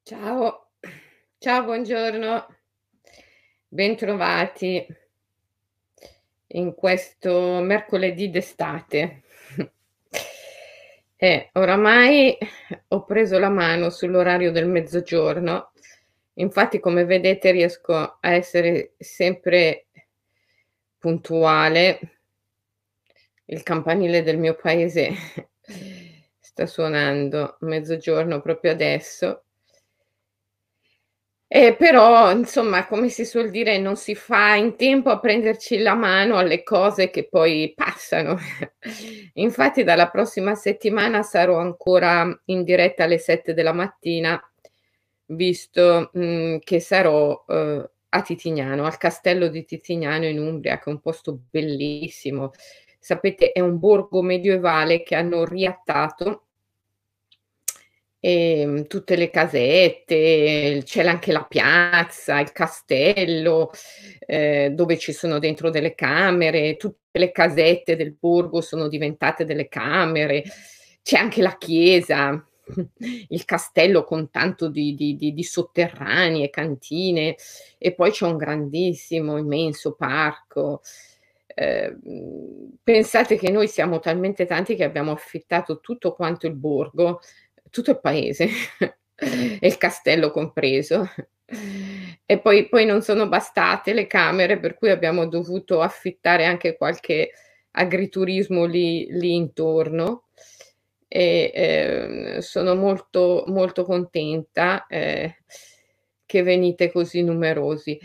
Ciao, ciao, buongiorno, bentrovati in questo mercoledì d'estate. Oramai ho preso la mano sull'orario del mezzogiorno, infatti come vedete riesco a essere sempre puntuale. Il campanile del mio paese sta suonando mezzogiorno proprio adesso. Però insomma, come si suol dire, non si fa in tempo a prenderci la mano alle cose che poi passano. Infatti dalla prossima settimana sarò ancora in diretta alle 7 della mattina, visto, che sarò, a Titignano, al castello di Titignano in Umbria, che è un posto bellissimo. Sapete, è un borgo medievale che hanno riattato. Tutte le casette, c'è anche la piazza, il castello, dove ci sono dentro delle camere, tutte le casette del borgo sono diventate delle camere, c'è anche la chiesa, il castello con tanto di sotterranei e cantine, e poi c'è un grandissimo, immenso parco. Pensate che noi siamo talmente tanti che abbiamo affittato tutto quanto il borgo, tutto il paese e il castello compreso. E poi non sono bastate le camere, per cui abbiamo dovuto affittare anche qualche agriturismo lì intorno e, sono molto, molto contenta, che venite così numerosi.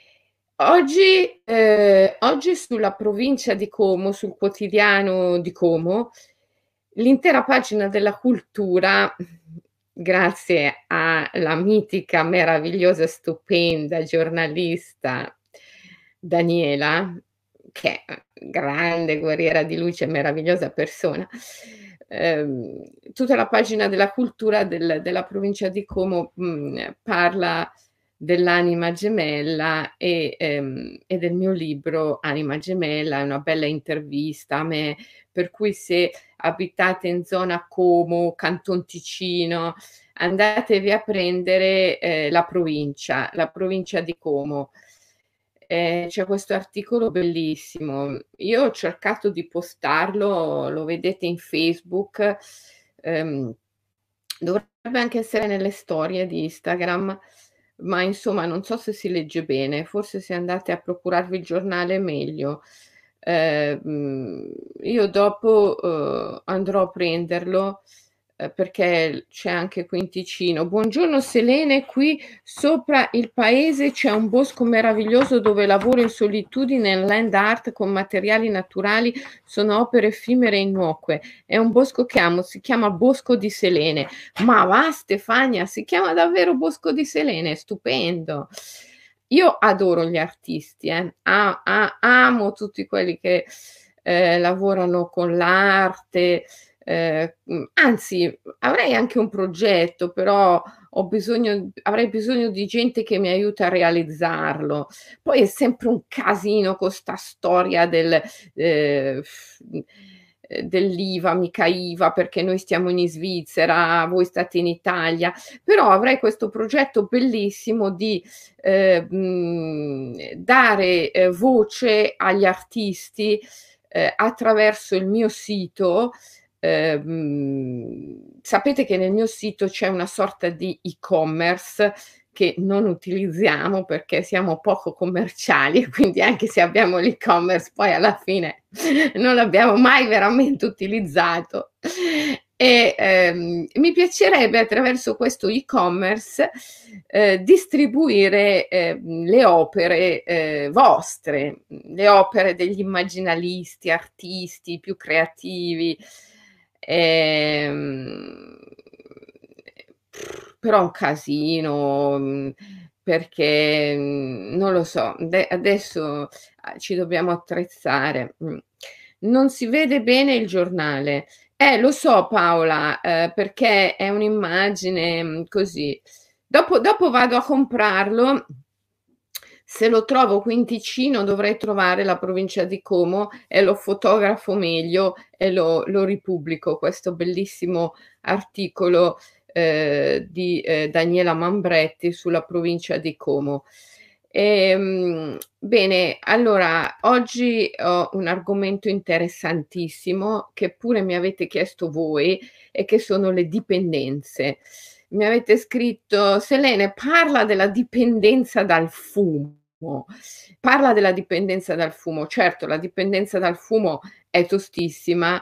Oggi sulla provincia di Como, sul quotidiano di Como, l'intera pagina della cultura, grazie alla mitica, meravigliosa, stupenda giornalista Daniela, che è grande guerriera di luce, meravigliosa persona, tutta la pagina della cultura della provincia di Como, parla dell'anima gemella e del mio libro Anima gemella. È una bella intervista a me, per cui se abitate in zona Como, Canton Ticino, andatevi a prendere, la provincia di Como. C'è questo articolo bellissimo. Io ho cercato di postarlo, lo vedete in Facebook, ehm, dovrebbe anche essere nelle storie di Instagram, ma insomma non so se si legge bene, forse se andate a procurarvi il giornale è meglio. Io dopo, andrò a prenderlo, perché c'è anche qui in Ticino. Buongiorno Selene, qui sopra il paese c'è un bosco meraviglioso dove lavoro in solitudine in land art con materiali naturali, sono opere effimere e innocue. È un bosco che amo, si chiama Bosco di Selene. Ma va Stefania, si chiama davvero Bosco di Selene, stupendo. Io adoro gli artisti, amo tutti quelli che lavorano con l'arte, anzi avrei anche un progetto, però avrei bisogno di gente che mi aiuta a realizzarlo. Poi è sempre un casino con sta storia eh, dell'IVA, mica IVA, perché noi stiamo in Svizzera, voi state in Italia, però avrei questo progetto bellissimo di dare voce agli artisti attraverso il mio sito. Sapete che nel mio sito c'è una sorta di e-commerce che non utilizziamo perché siamo poco commerciali, quindi anche se abbiamo l'e-commerce poi alla fine non l'abbiamo mai veramente utilizzato. Mi piacerebbe attraverso questo e-commerce distribuire le opere vostre, le opere degli immaginalisti, artisti più creativi. Ehm, Però un casino, perché, non lo so, adesso ci dobbiamo attrezzare. Non si vede bene il giornale. Lo so Paola, perché è un'immagine, così. Dopo vado a comprarlo. Se lo trovo qui in Ticino dovrei trovare la provincia di Como e lo fotografo meglio e lo ripubblico questo bellissimo articolo di Daniela Mambretti sulla provincia di Como. Bene, allora oggi ho un argomento interessantissimo che pure mi avete chiesto voi e che sono le dipendenze. Mi avete scritto: "Selene, parla della dipendenza dal fumo". Parla della dipendenza dal fumo. Certo, la dipendenza dal fumo è tostissima,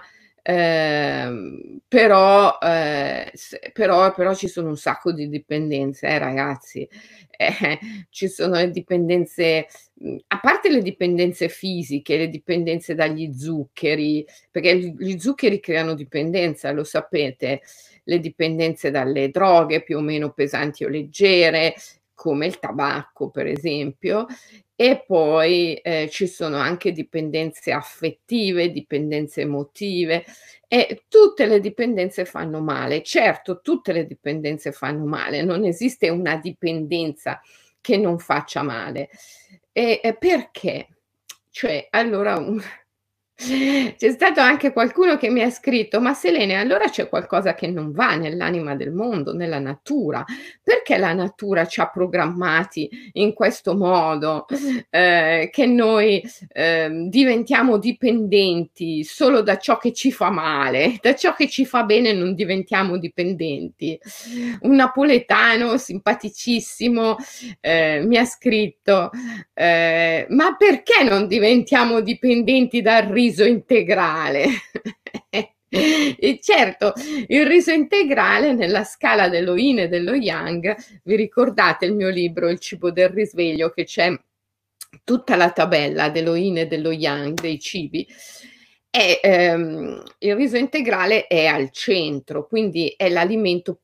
però ci sono un sacco di dipendenze ragazzi. Eh, ci sono le dipendenze a parte le dipendenze fisiche, le dipendenze dagli zuccheri, perché gli zuccheri creano dipendenza, lo sapete, le dipendenze dalle droghe più o meno pesanti o leggere, come il tabacco per esempio, e poi, ci sono anche dipendenze affettive, dipendenze emotive e tutte le dipendenze fanno male. Certo, tutte le dipendenze fanno male, non esiste una dipendenza che non faccia male. Perché? Cioè, allora un c'è stato anche qualcuno che mi ha scritto: "Ma Selene, allora c'è qualcosa che non va nell'anima del mondo, nella natura. Perché la natura ci ha programmati in questo modo, che noi, diventiamo dipendenti solo da ciò che ci fa male, da ciò che ci fa bene non diventiamo dipendenti?" Un napoletano simpaticissimo, mi ha scritto, "Ma perché non diventiamo dipendenti dal riso integrale?" E certo, il riso integrale nella scala dello Yin e dello Yang, vi ricordate il mio libro Il cibo del risveglio, che c'è tutta la tabella dello Yin e dello Yang, dei cibi, e, il riso integrale è al centro, quindi è l'alimento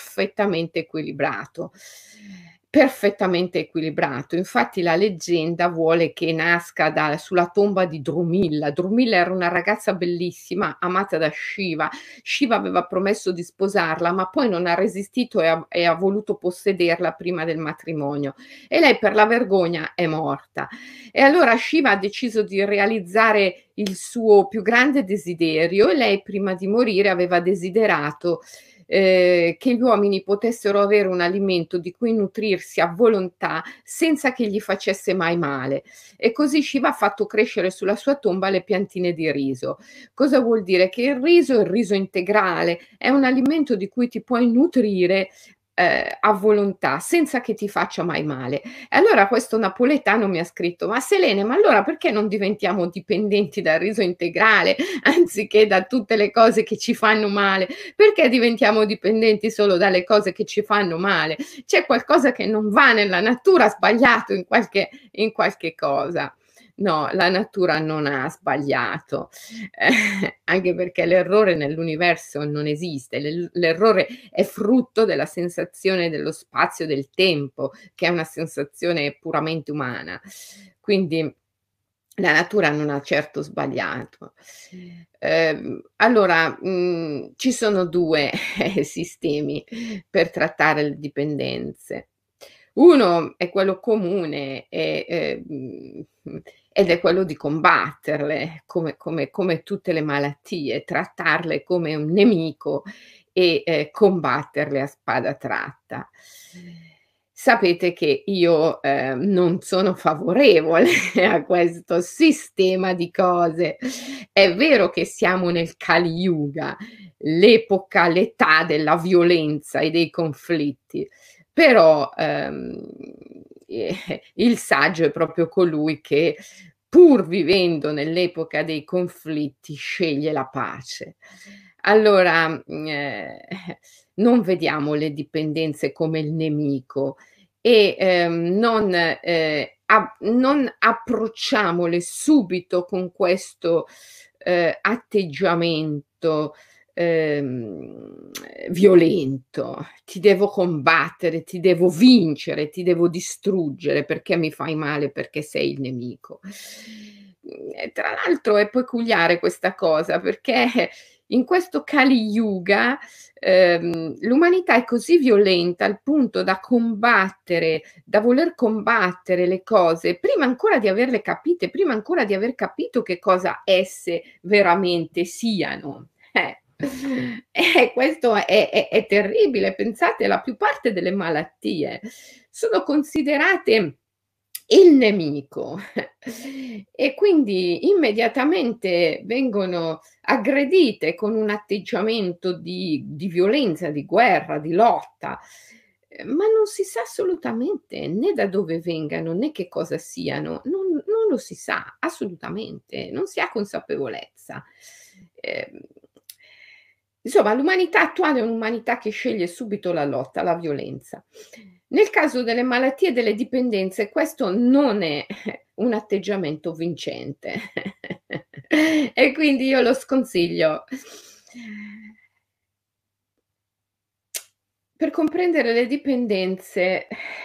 perfettamente equilibrato. Infatti la leggenda vuole che nasca sulla tomba di Drumilla. Drumilla era una ragazza bellissima, amata da Shiva. Shiva aveva promesso di sposarla, ma poi non ha resistito e ha voluto possederla prima del matrimonio e lei per la vergogna è morta. E allora Shiva ha deciso di realizzare il suo più grande desiderio e lei prima di morire aveva desiderato, che gli uomini potessero avere un alimento di cui nutrirsi a volontà senza che gli facesse mai male. E così Shiva ha fatto crescere sulla sua tomba le piantine di riso. Cosa vuol dire? Che il riso integrale, è un alimento di cui ti puoi nutrire a volontà, senza che ti faccia mai male. E allora questo napoletano mi ha scritto: "Ma Selene, ma allora perché non diventiamo dipendenti dal riso integrale, anziché da tutte le cose che ci fanno male? Perché diventiamo dipendenti solo dalle cose che ci fanno male? C'è qualcosa che non va nella natura, sbagliato in qualche cosa." No, la natura non ha sbagliato, anche perché l'errore nell'universo non esiste. L'errore è frutto della sensazione dello spazio e del tempo, che è una sensazione puramente umana. Quindi la natura non ha certo sbagliato. Allora, ci sono 2 sistemi per trattare le dipendenze. Uno è quello comune ed è quello di combatterle come tutte le malattie, trattarle come un nemico e, combatterle a spada tratta. Sapete che io, non sono favorevole a questo sistema di cose. È vero che siamo nel Kali Yuga, l'età della violenza e dei conflitti, però, il saggio è proprio colui che, pur vivendo nell'epoca dei conflitti, sceglie la pace. Allora, non vediamo le dipendenze come il nemico e, non approcciamole subito con questo, atteggiamento, violento. Ti devo combattere, ti devo vincere, ti devo distruggere perché mi fai male, perché sei il nemico. E tra l'altro è peculiare questa cosa perché in questo Kali Yuga, l'umanità è così violenta al punto da voler combattere le cose prima ancora di averle capite, prima ancora di aver capito che cosa esse veramente siano. Questo è terribile. Pensate, la più parte delle malattie sono considerate il nemico e quindi immediatamente vengono aggredite con un atteggiamento di violenza, di guerra, di lotta, ma non si sa assolutamente né da dove vengano, né che cosa siano, non lo si sa assolutamente, non si ha consapevolezza. Ehm, insomma l'umanità attuale è un'umanità che sceglie subito la lotta, la violenza. Nel caso delle malattie e delle dipendenze questo non è un atteggiamento vincente e quindi io lo sconsiglio. Per comprendere le dipendenze,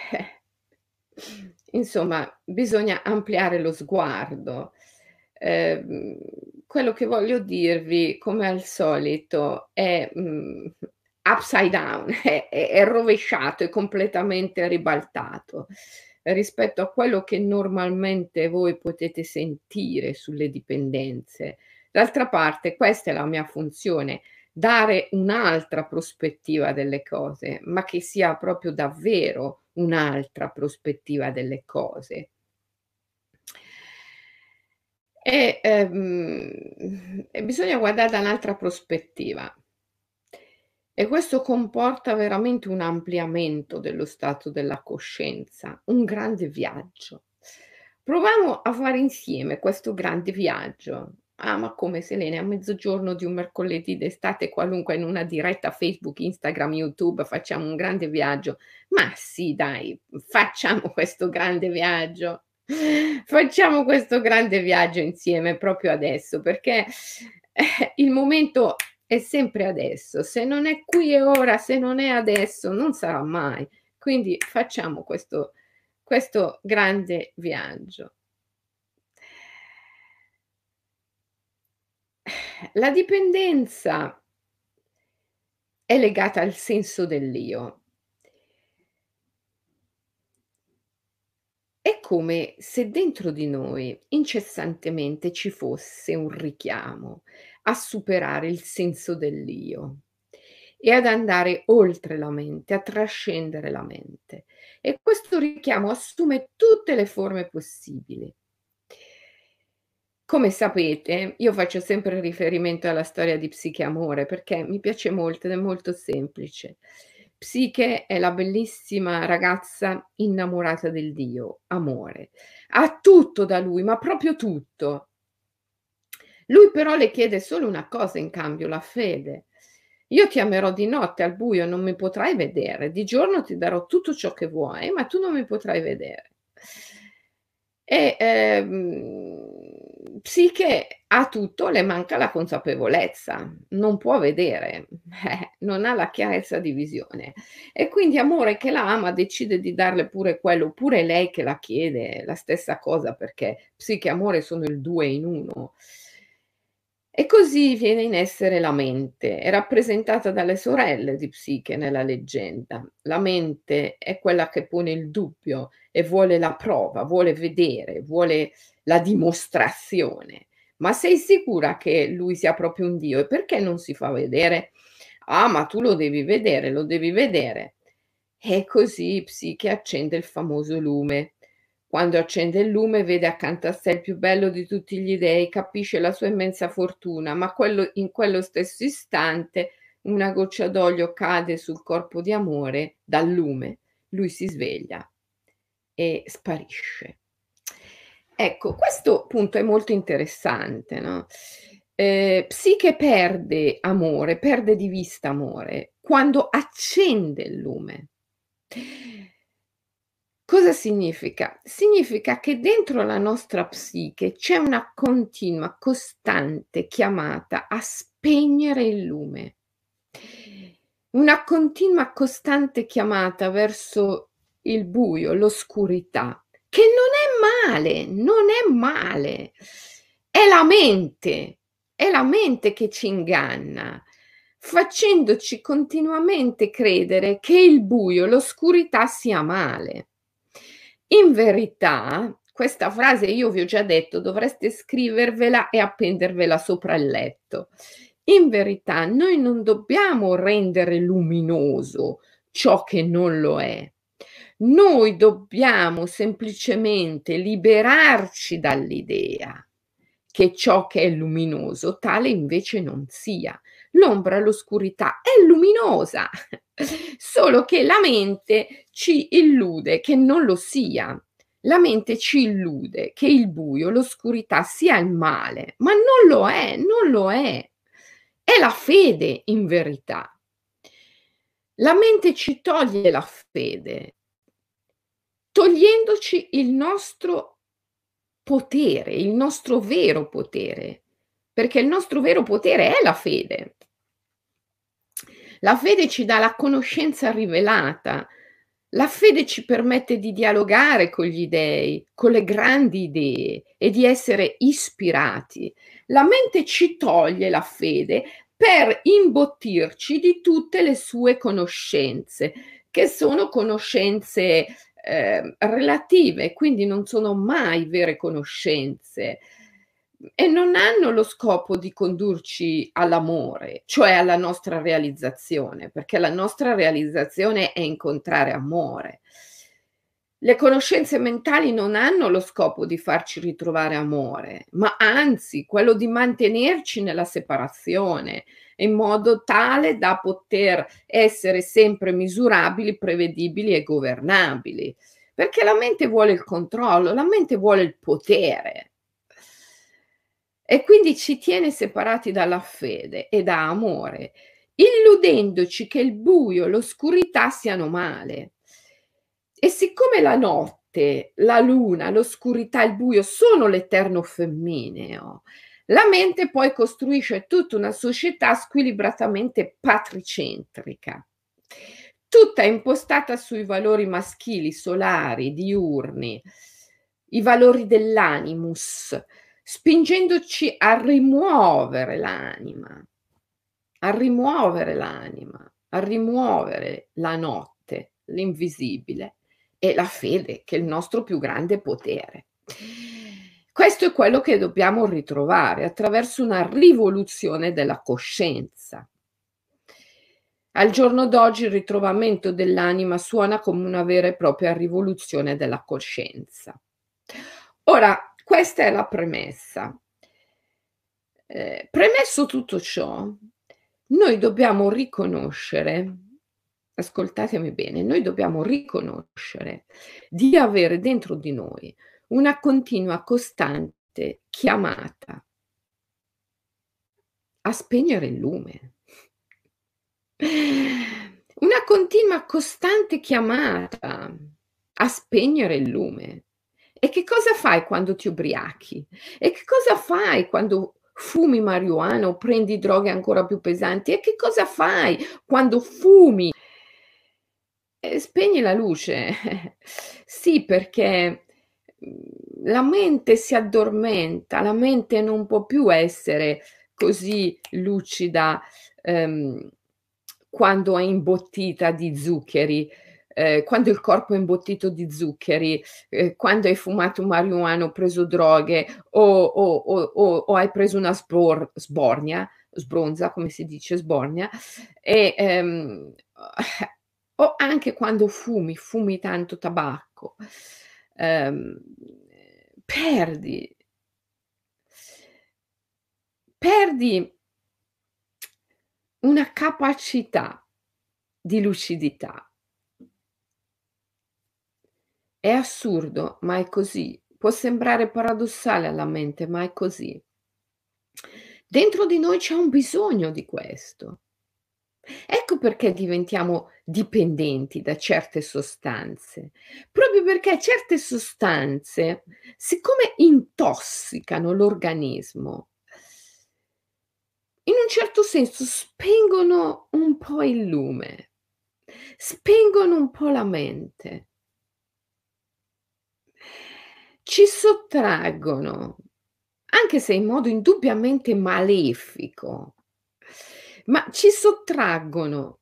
insomma, bisogna ampliare lo sguardo. Ehm, quello che voglio dirvi, come al solito, è, upside down, è rovesciato, è completamente ribaltato rispetto a quello che normalmente voi potete sentire sulle dipendenze. D'altra parte questa è la mia funzione, dare un'altra prospettiva delle cose, ma che sia proprio davvero un'altra prospettiva delle cose. E bisogna guardare da un'altra prospettiva. E questo comporta veramente un ampliamento dello stato della coscienza, un grande viaggio. Proviamo a fare insieme questo grande viaggio. Ah, ma come Selene, a mezzogiorno di un mercoledì d'estate qualunque in una diretta Facebook, Instagram, YouTube facciamo un grande viaggio. Ma sì, dai, facciamo questo grande viaggio. Facciamo questo grande viaggio insieme proprio adesso, perché il momento è sempre adesso. Se non è qui e ora, se non è adesso, non sarà mai. Quindi facciamo questo grande viaggio. La dipendenza è legata al senso dell'io. È come se dentro di noi incessantemente ci fosse un richiamo a superare il senso dell'io e ad andare oltre la mente, a trascendere la mente. E questo richiamo assume tutte le forme possibili. Come sapete, io faccio sempre riferimento alla storia di Psiche e Amore perché mi piace molto ed è molto semplice. Psiche è la bellissima ragazza innamorata del Dio, Amore. Ha tutto da lui, ma proprio tutto. Lui però le chiede solo una cosa in cambio, la fede. Io ti amerò di notte al buio, non mi potrai vedere, di giorno ti darò tutto ciò che vuoi, ma tu non mi potrai vedere. Psiche ha tutto, le manca la consapevolezza, non può vedere, non ha la chiarezza di visione. E quindi Amore che la ama decide di darle pure quello, pure lei che la chiede la stessa cosa, perché Psiche e Amore sono il 2 in 1. E così viene in essere la mente, è rappresentata dalle sorelle di Psiche nella leggenda. La mente è quella che pone il dubbio e vuole la prova, vuole vedere, vuole la dimostrazione. Ma sei sicura che lui sia proprio un dio e perché non si fa vedere? Ah, ma tu lo devi vedere, lo devi vedere. E così Psiche accende il famoso lume. Quando accende il lume vede accanto a sé il più bello di tutti gli dei, capisce la sua immensa fortuna, ma in quello stesso istante una goccia d'olio cade sul corpo di Amore dal lume. Lui si sveglia e sparisce. Ecco, questo punto è molto interessante, no, Psiche perde Amore, perde di vista Amore quando accende il lume. Cosa significa? Significa che dentro la nostra psiche c'è una continua, costante chiamata a spegnere il lume. Una continua, costante chiamata verso il buio, l'oscurità, che non è male, non è male. È la mente che ci inganna, facendoci continuamente credere che il buio, l'oscurità sia male. In verità, questa frase io vi ho già detto, dovreste scrivervela e appendervela sopra il letto. In verità noi non dobbiamo rendere luminoso ciò che non lo è. Noi dobbiamo semplicemente liberarci dall'idea che ciò che è luminoso tale invece non sia. L'ombra, l'oscurità è luminosa, solo che la mente ci illude che non lo sia. La mente ci illude che il buio, l'oscurità sia il male, ma non lo è, non lo è. È la fede in verità. La mente ci toglie la fede, togliendoci il nostro potere, il nostro vero potere, perché il nostro vero potere è la fede. La fede ci dà la conoscenza rivelata. La fede ci permette di dialogare con gli dèi, con le grandi idee e di essere ispirati. La mente ci toglie la fede per imbottirci di tutte le sue conoscenze, che sono conoscenze, relative, quindi non sono mai vere conoscenze e non hanno lo scopo di condurci all'amore, cioè alla nostra realizzazione, perché la nostra realizzazione è incontrare amore. Le conoscenze mentali non hanno lo scopo di farci ritrovare amore, ma anzi quello di mantenerci nella separazione, in modo tale da poter essere sempre misurabili, prevedibili e governabili. Perché la mente vuole il controllo, la mente vuole il potere. E quindi ci tiene separati dalla fede e da amore, illudendoci che il buio, l'oscurità siano male. E siccome la notte, la luna, l'oscurità, il buio sono l'eterno femmineo, la mente poi costruisce tutta una società squilibratamente patricentrica, tutta impostata sui valori maschili, solari, diurni, i valori dell'animus, spingendoci a rimuovere l'anima, a rimuovere l'anima, a rimuovere la notte, l'invisibile e la fede, che è il nostro più grande potere. Questo è quello che dobbiamo ritrovare attraverso una rivoluzione della coscienza. Al giorno d'oggi il ritrovamento dell'anima suona come una vera e propria rivoluzione della coscienza. Ora, questa è la premessa. Premesso tutto ciò, noi dobbiamo riconoscere, ascoltatemi bene, noi dobbiamo riconoscere di avere dentro di noi una continua, costante chiamata a spegnere il lume. Una continua, costante chiamata a spegnere il lume. E che cosa fai quando ti ubriachi? E che cosa fai quando fumi marijuana o prendi droghe ancora più pesanti? E che cosa fai quando fumi? Spegni la luce. Sì, perché, la mente si addormenta, la mente non può più essere così lucida, ehm, quando è imbottita di zuccheri, quando il corpo è imbottito di zuccheri, quando hai fumato marijuana o preso droghe o hai preso una sbronza, come si dice, sbornia, e, o anche quando fumi tanto tabacco, ehm, perdi perdi una capacità di lucidità. È assurdo, ma è così. Può sembrare paradossale alla mente, ma è così. Dentro di noi c'è un bisogno di questo. Ecco perché diventiamo dipendenti da certe sostanze, proprio perché certe sostanze, siccome intossicano l'organismo, in un certo senso spengono un po' il lume, spengono un po' la mente. Ci sottraggono, anche se in modo indubbiamente malefico, ma ci sottraggono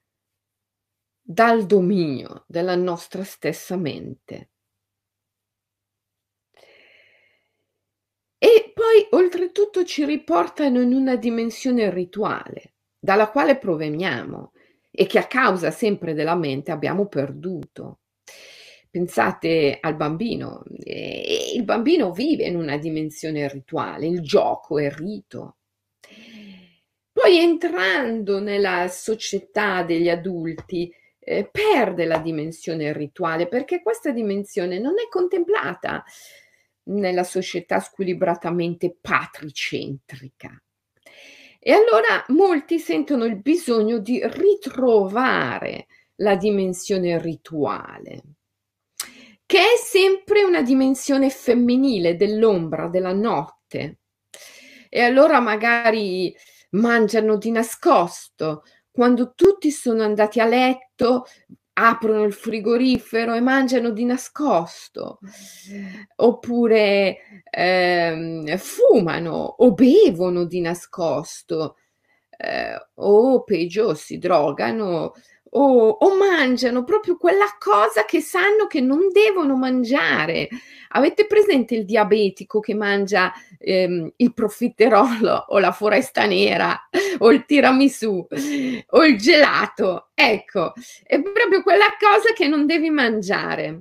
dal dominio della nostra stessa mente. E poi poi oltretutto ci riportano in una dimensione rituale, dalla quale proveniamo e che a causa sempre della mente abbiamo perduto. Pensate al bambino, il bambino vive in una dimensione rituale, il gioco è rito. Poi entrando nella società degli adulti, perde la dimensione rituale, perché questa dimensione non è contemplata nella società squilibratamente patricentrica. E allora molti sentono il bisogno di ritrovare la dimensione rituale, che è sempre una dimensione femminile dell'ombra, della notte. E allora magari mangiano di nascosto, quando tutti sono andati a letto, aprono il frigorifero e mangiano di nascosto, oppure fumano o bevono di nascosto, o peggio si drogano o mangiano proprio quella cosa che sanno che non devono mangiare. Avete presente il diabetico che mangia il profiterol o la foresta nera o il tiramisù o il gelato? Ecco, è proprio quella cosa che non devi mangiare.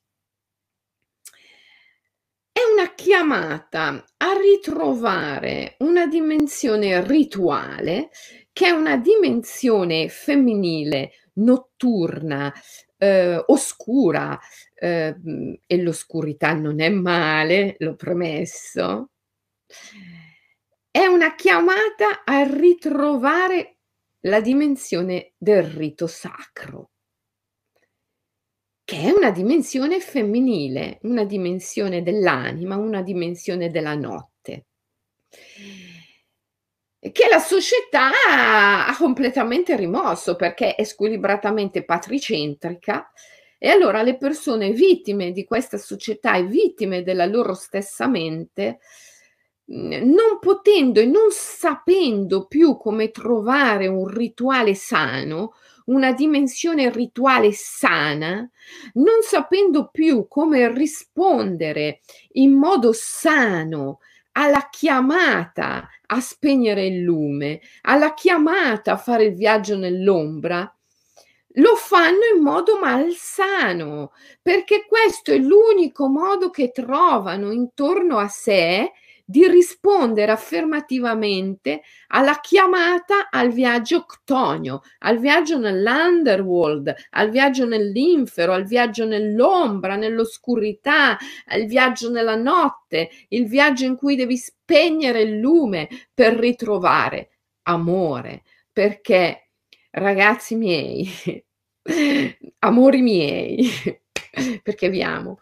È una chiamata a ritrovare una dimensione rituale, che è una dimensione femminile, notturna, oscura, e l'oscurità non è male, l'ho premesso. È una chiamata a ritrovare la dimensione del rito sacro, che è una dimensione femminile, una dimensione dell'anima, una dimensione della notte, che la società ha completamente rimosso, perché è squilibratamente patricentrica, e allora le persone vittime di questa società e vittime della loro stessa mente, non potendo e non sapendo più come trovare un rituale sano, una dimensione rituale sana, non sapendo più come rispondere in modo sano alla chiamata a spegnere il lume, alla chiamata a fare il viaggio nell'ombra, lo fanno in modo malsano, perché questo è l'unico modo che trovano intorno a sé di rispondere affermativamente alla chiamata al viaggio ctonio, al viaggio nell'underworld, al viaggio nell'infero, al viaggio nell'ombra, nell'oscurità, al viaggio nella notte, il viaggio in cui devi spegnere il lume per ritrovare amore, perché ragazzi miei, amori miei, perché vi amo,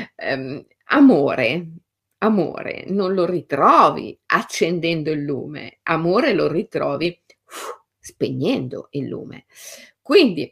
amore non lo ritrovi accendendo il lume, amore lo ritrovi spegnendo il lume. Quindi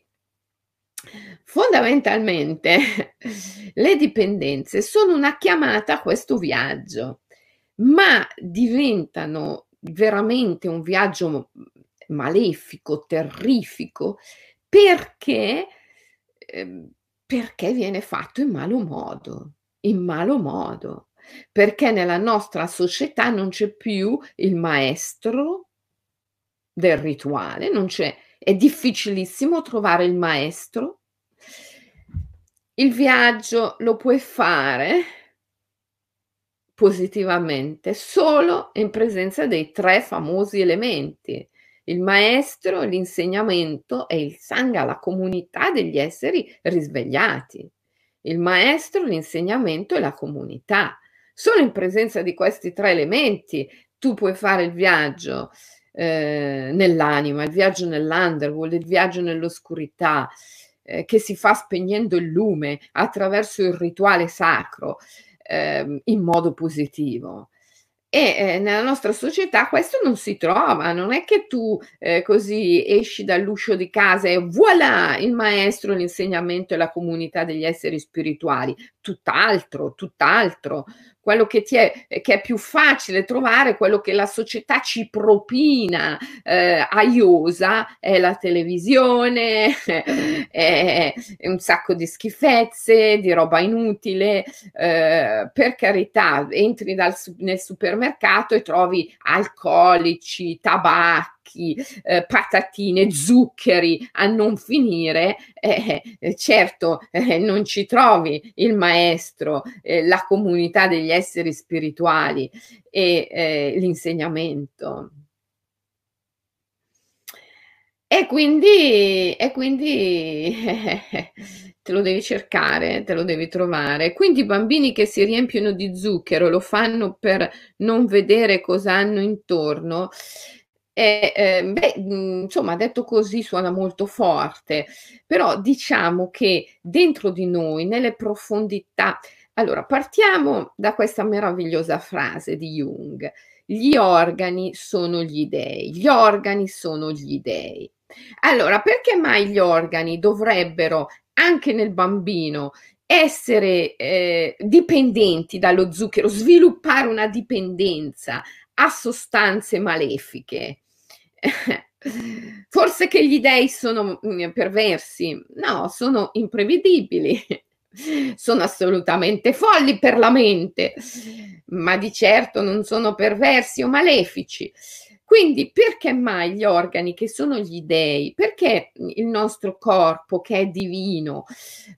fondamentalmente le dipendenze sono una chiamata a questo viaggio, ma diventano veramente un viaggio malefico, terrifico, perché perché viene fatto in malo modo, perché nella nostra società non c'è più il maestro del rituale, non c'è, è difficilissimo trovare il maestro. Il viaggio lo puoi fare positivamente solo in presenza dei 3 famosi elementi: il maestro, l'insegnamento e il sangha, la comunità degli esseri risvegliati. Il maestro, l'insegnamento e la comunità. Solo in presenza di questi 3 elementi tu puoi fare il viaggio nell'anima, il viaggio nell'underworld, il viaggio nell'oscurità, che si fa spegnendo il lume attraverso il rituale sacro, in modo positivo. E nella nostra società questo non si trova, non è che tu così esci dall'uscio di casa e voilà il maestro, l'insegnamento e la comunità degli esseri spirituali. tutt'altro, tutt'altro. Quello che è più facile trovare, quello che la società ci propina a iosa, è la televisione, è un sacco di schifezze, di roba inutile. Per carità, entri nel supermercato e trovi alcolici, tabacchi, patatine, zuccheri a non finire. Certo, non ci trovi il maestro, la comunità degli esseri spirituali e l'insegnamento. E quindi te lo devi cercare, te lo devi trovare. Quindi i bambini che si riempiono di zucchero lo fanno per non vedere cosa hanno intorno. Beh, insomma, detto così suona molto forte, però diciamo che dentro di noi, nelle profondità, allora partiamo da questa meravigliosa frase di Jung: "Gli organi sono gli dei, gli organi sono gli dei". Allora, perché mai gli organi dovrebbero, anche nel bambino, essere, dipendenti dallo zucchero, sviluppare una dipendenza a sostanze malefiche? Forse che gli dei sono, perversi? No, sono imprevedibili, sono assolutamente folli per la mente, ma di certo non sono perversi o malefici. Quindi perché mai gli organi che sono gli dei, perché il nostro corpo che è divino,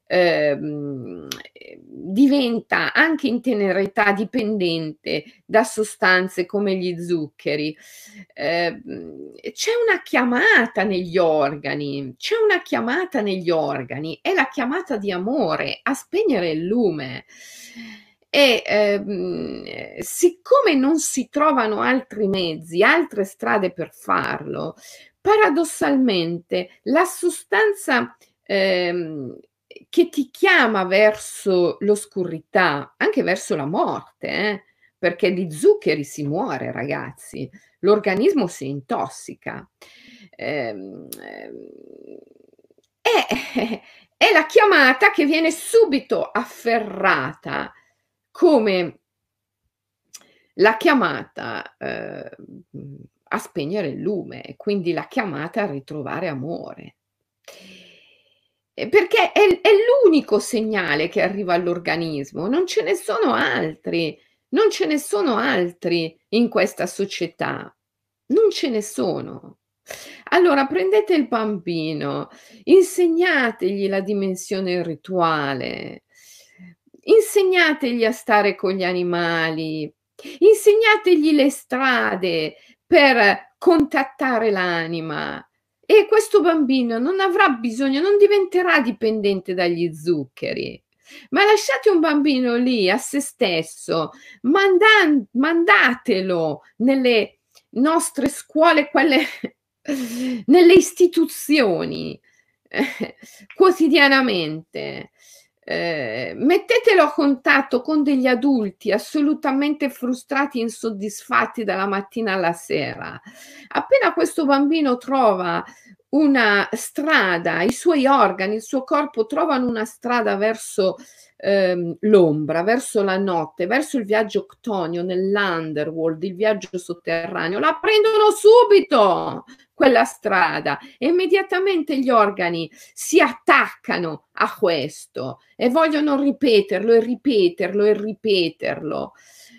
diventa anche in tenera età dipendente da sostanze come gli zuccheri? C'è una chiamata negli organi, c'è una chiamata negli organi, è la chiamata di amore a spegnere il lume. E siccome non si trovano altri mezzi, altre strade per farlo, paradossalmente la sostanza che ti chiama verso l'oscurità, anche verso la morte, perché di zuccheri si muore, ragazzi, l'organismo si intossica. Ehm, ehm, è la chiamata che viene subito afferrata come la chiamata, a spegnere il lume e quindi la chiamata a ritrovare amore. Perché è l'unico segnale che arriva all'organismo, non ce ne sono altri, non ce ne sono altri in questa società, non ce ne sono. Allora prendete il bambino, insegnategli la dimensione rituale, insegnategli a stare con gli animali, insegnategli le strade per contattare l'anima e questo bambino non avrà bisogno, non diventerà dipendente dagli zuccheri. Ma lasciate un bambino lì a se stesso, mandatelo nelle nostre scuole, quelle nelle istituzioni, quotidianamente. Mettetelo a contatto con degli adulti assolutamente frustrati e insoddisfatti dalla mattina alla sera. Appena questo bambino trova una strada, i suoi organi, il suo corpo trovano una strada verso l'ombra, verso la notte, verso il viaggio ctonio nell'underworld, il viaggio sotterraneo, la prendono subito quella strada e immediatamente gli organi si attaccano a questo e vogliono ripeterlo e ripeterlo e ripeterlo.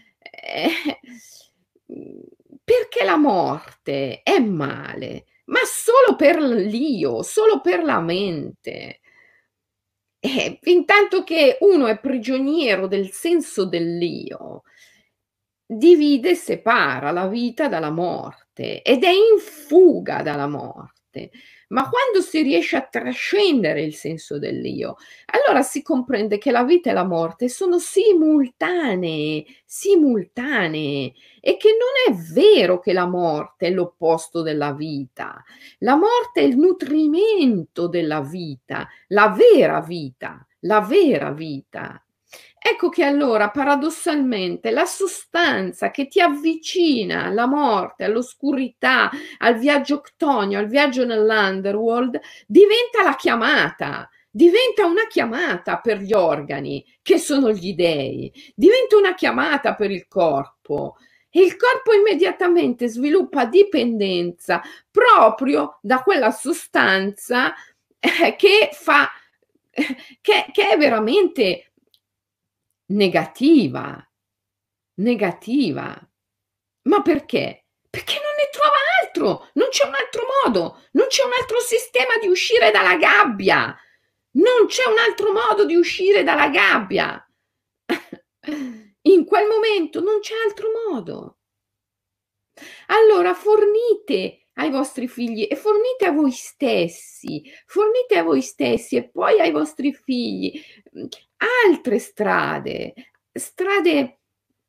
Perché la morte è male, ma solo per l'io, solo per la mente. Fintanto che uno è prigioniero del senso dell'io, divide e separa la vita dalla morte ed è in fuga dalla morte. Ma quando si riesce a trascendere il senso dell'io, allora si comprende che la vita e la morte sono simultanee, simultanee, e che non è vero che la morte è l'opposto della vita. La morte è il nutrimento della vita, la vera vita, la vera vita. Ecco che allora paradossalmente la sostanza che ti avvicina alla morte, all'oscurità, al viaggio ctonio, al viaggio nell'underworld, diventa la chiamata, diventa una chiamata per gli organi, che sono gli dei, diventa una chiamata per il corpo e il corpo immediatamente sviluppa dipendenza proprio da quella sostanza che fa, che è veramente negativa, negativa. Ma perché? Perché non ne trova altro, non c'è un altro modo, non c'è un altro sistema di uscire dalla gabbia, non c'è un altro modo di uscire dalla gabbia. In quel momento non c'è altro modo. Allora fornite ai vostri figli e fornite a voi stessi e poi ai vostri figli altre strade, strade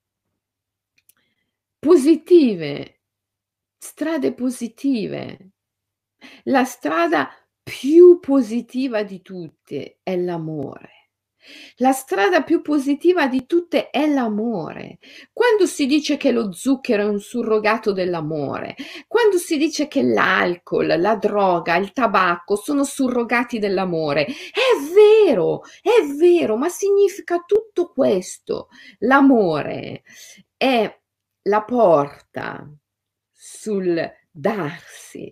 positive, strade positive. La strada più positiva di tutte è l'amore. La strada più positiva di tutte è l'amore. Quando si dice che lo zucchero è un surrogato dell'amore, quando si dice che l'alcol, la droga, il tabacco sono surrogati dell'amore, è vero, ma significa tutto questo. L'amore è la porta sul darsi.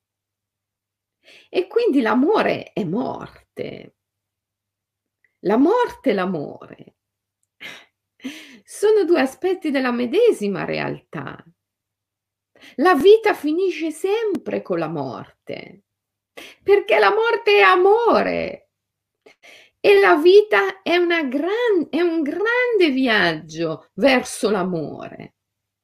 E quindi l'amore è morte. La morte e l'amore sono due aspetti della medesima realtà. La vita finisce sempre con la morte, perché la morte è amore e la vita è un grande viaggio verso l'amore.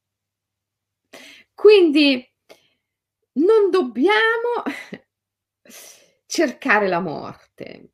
Quindi non dobbiamo cercare la morte.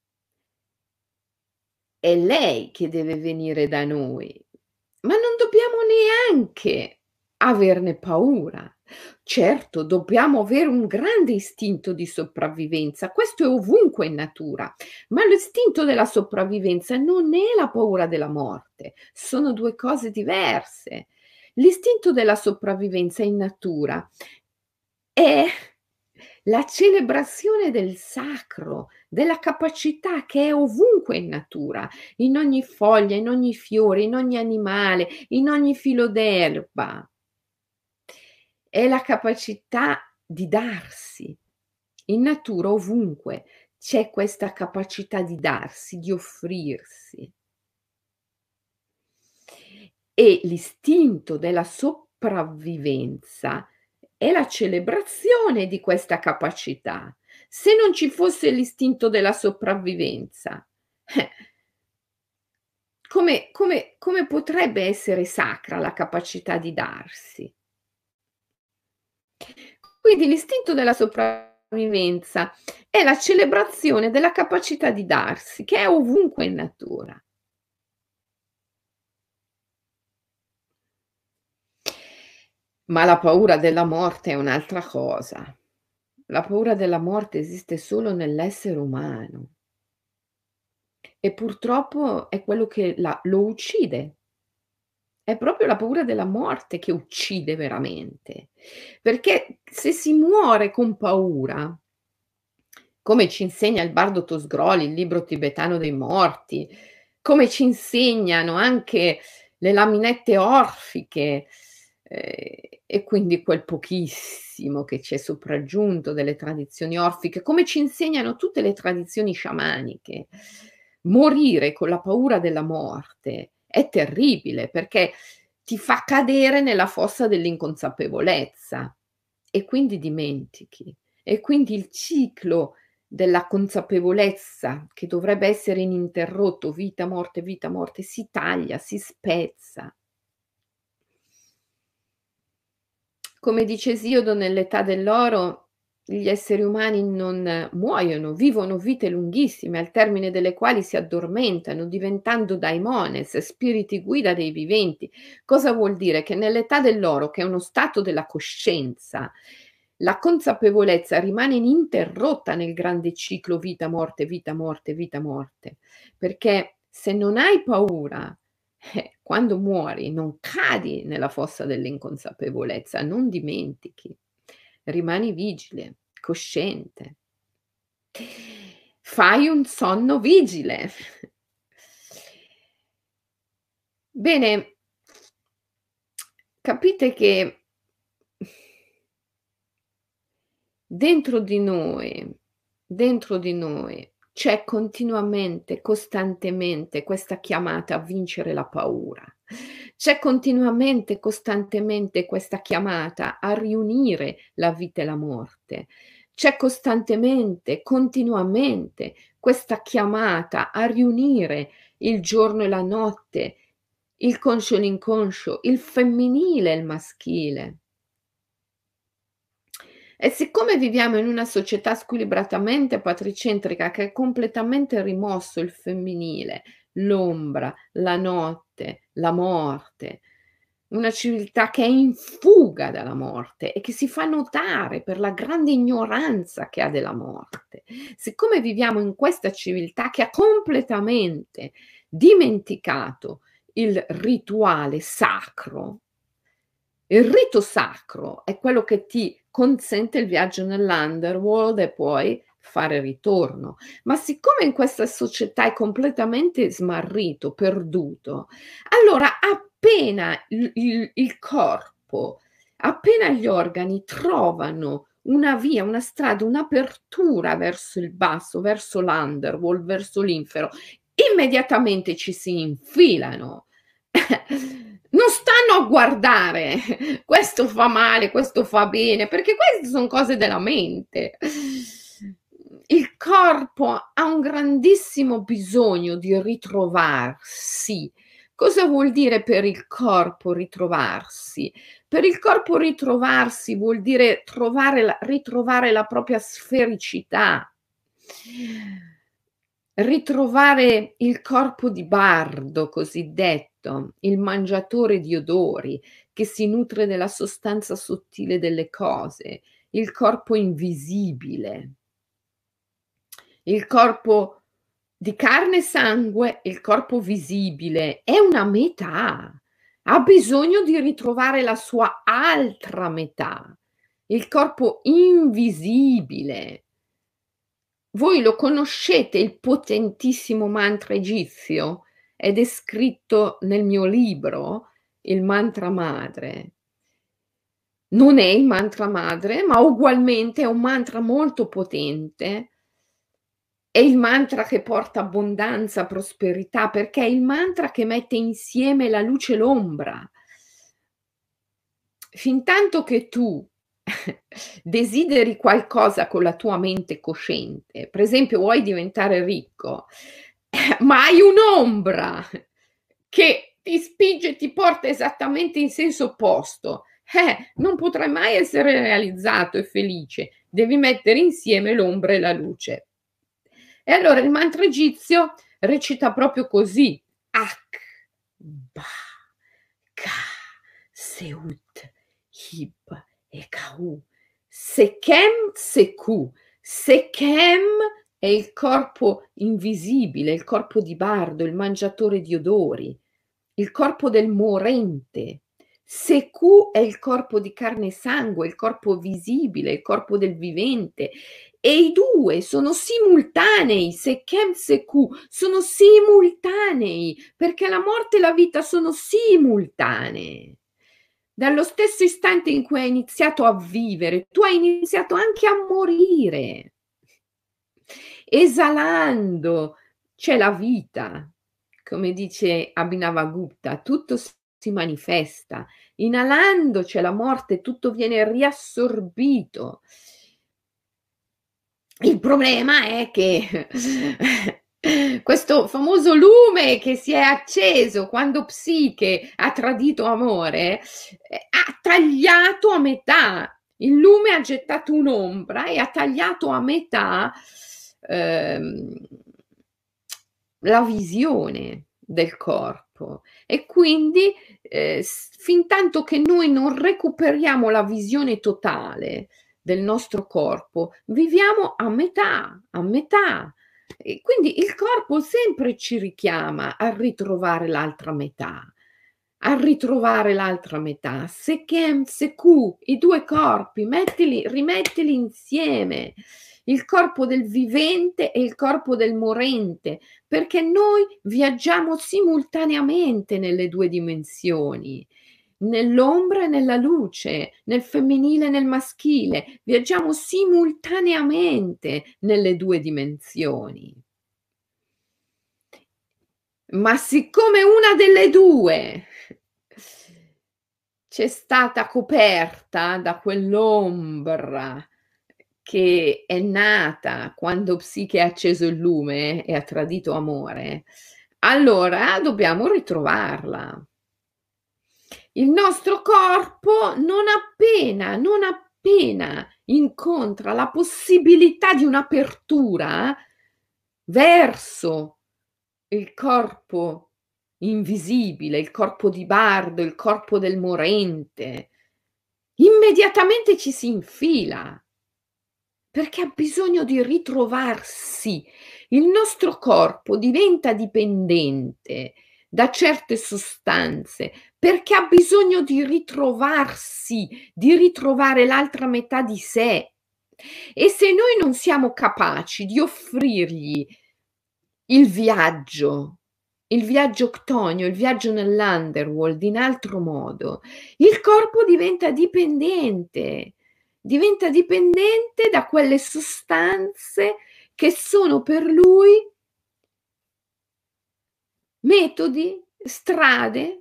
È lei che deve venire da noi, ma non dobbiamo neanche averne paura. Certo, dobbiamo avere un grande istinto di sopravvivenza, questo è ovunque in natura, ma l'istinto della sopravvivenza non è la paura della morte, sono due cose diverse. L'istinto della sopravvivenza in natura è la celebrazione del sacro, della capacità che è ovunque in natura, in ogni foglia, in ogni fiore, in ogni animale, in ogni filo d'erba. È la capacità di darsi. In natura ovunque c'è questa capacità di darsi, di offrirsi. E l'istinto della sopravvivenza è la celebrazione di questa capacità. Se non ci fosse l'istinto della sopravvivenza, come potrebbe essere sacra la capacità di darsi? Quindi l'istinto della sopravvivenza è la celebrazione della capacità di darsi, che è ovunque in natura. Ma la paura della morte è un'altra cosa. La paura della morte esiste solo nell'essere umano e purtroppo è quello che lo uccide. È proprio la paura della morte che uccide veramente, perché se si muore con paura, come ci insegna il Bardo Tosgroli, il libro tibetano dei morti, come ci insegnano anche le laminette orfiche, e quindi quel pochissimo che c'è sopraggiunto delle tradizioni orfiche, come ci insegnano tutte le tradizioni sciamaniche. Morire con la paura della morte è terribile, perché ti fa cadere nella fossa dell'inconsapevolezza e quindi dimentichi. E quindi il ciclo della consapevolezza che dovrebbe essere ininterrotto, vita, morte, si taglia, si spezza. Come dice Esiodo nell'età dell'oro, gli esseri umani non muoiono, vivono vite lunghissime, al termine delle quali si addormentano, diventando daimones, spiriti guida dei viventi. Cosa vuol dire? Che nell'età dell'oro, che è uno stato della coscienza, la consapevolezza rimane ininterrotta nel grande ciclo vita, morte, vita, morte, vita, morte, perché se non hai paura, quando muori non cadi nella fossa dell'inconsapevolezza, non dimentichi, rimani vigile, cosciente. fai un sonno vigile. Bene, capite che dentro di noi dentro di noi c'è continuamente, costantemente questa chiamata a vincere la paura. C'è continuamente, costantemente questa chiamata a riunire la vita e la morte. C'è costantemente, continuamente questa chiamata a riunire il giorno e la notte, il conscio e l'inconscio, il femminile e il maschile. E siccome viviamo in una società squilibratamente patricentrica che ha completamente rimosso il femminile, l'ombra, la notte, la morte, una civiltà che è in fuga dalla morte e che si fa notare per la grande ignoranza che ha della morte. Siccome viviamo in questa civiltà che ha completamente dimenticato il rituale sacro, il rito sacro è quello che ti consente il viaggio nell'underworld e poi fare ritorno. Ma siccome in questa società è completamente smarrito, perduto, allora appena il corpo, appena gli organi trovano una via, una strada, un'apertura verso il basso, verso l'underworld, verso l'infero, immediatamente ci si infilano. Non stanno a guardare, questo fa male, questo fa bene, perché queste son cose della mente. Il corpo ha un grandissimo bisogno di ritrovarsi. Cosa vuol dire per il corpo ritrovarsi? Per il corpo ritrovarsi vuol dire ritrovare la propria sfericità. Ritrovare il corpo di bardo cosiddetto, il mangiatore di odori, che si nutre della sostanza sottile delle cose, il corpo invisibile. Il corpo di carne e sangue, il corpo visibile, è una metà. Ha bisogno di ritrovare la sua altra metà, il corpo invisibile. Voi lo conoscete il potentissimo mantra egizio? È descritto nel mio libro, il mantra madre. Non è il mantra madre, ma ugualmente è un mantra molto potente. È il mantra che porta abbondanza, prosperità, perché è il mantra che mette insieme la luce e l'ombra. Fintanto che tu desideri qualcosa con la tua mente cosciente, per esempio vuoi diventare ricco, ma hai un'ombra che ti spinge e ti porta esattamente in senso opposto, non potrai mai essere realizzato e felice, devi mettere insieme l'ombra e la luce. E allora il mantra egizio recita proprio così: Ak, Ba, Ka, Seut, Hib e Kau. Sekem, Seku. Sekem è il corpo invisibile, il corpo di bardo, il mangiatore di odori, il corpo del morente. Seku è il corpo di carne e sangue, il corpo visibile, il corpo del vivente. E i due sono simultanei, Sekem, Seku, sono simultanei, perché la morte e la vita sono simultanee. Dallo stesso istante in cui hai iniziato a vivere, tu hai iniziato anche a morire. Esalando c'è la vita, come dice Abhinavagupta, tutto si manifesta. Inalando c'è la morte, tutto viene riassorbito. Il problema è che questo famoso lume che si è acceso quando Psiche ha tradito Amore, ha tagliato a metà. Il lume ha gettato un'ombra e ha tagliato a metà la visione del corpo. E quindi fintanto che noi non recuperiamo la visione totale del nostro corpo, viviamo a metà, a metà. E quindi il corpo sempre ci richiama a ritrovare l'altra metà, a ritrovare l'altra metà. Sekem, Seku, i due corpi, rimettili insieme. il corpo del vivente e il corpo del morente, perché noi viaggiamo simultaneamente nelle 2 dimensioni, nell'ombra e nella luce, nel femminile e nel maschile, viaggiamo simultaneamente nelle 2 dimensioni. Ma siccome una delle 2 c'è stata coperta da quell'ombra che è nata quando Psiche ha acceso il lume e ha tradito Amore, allora dobbiamo ritrovarla. Il nostro corpo non appena incontra la possibilità di un'apertura verso il corpo invisibile, il corpo di Bardo, il corpo del morente, immediatamente ci si infila, perché ha bisogno di ritrovarsi. Il nostro corpo diventa dipendente da certe sostanze perché ha bisogno di ritrovarsi, di ritrovare l'altra metà di sé. E se noi non siamo capaci di offrirgli il viaggio ctonio, il viaggio nell'underworld in altro modo, il corpo diventa dipendente da quelle sostanze che sono per lui metodi, strade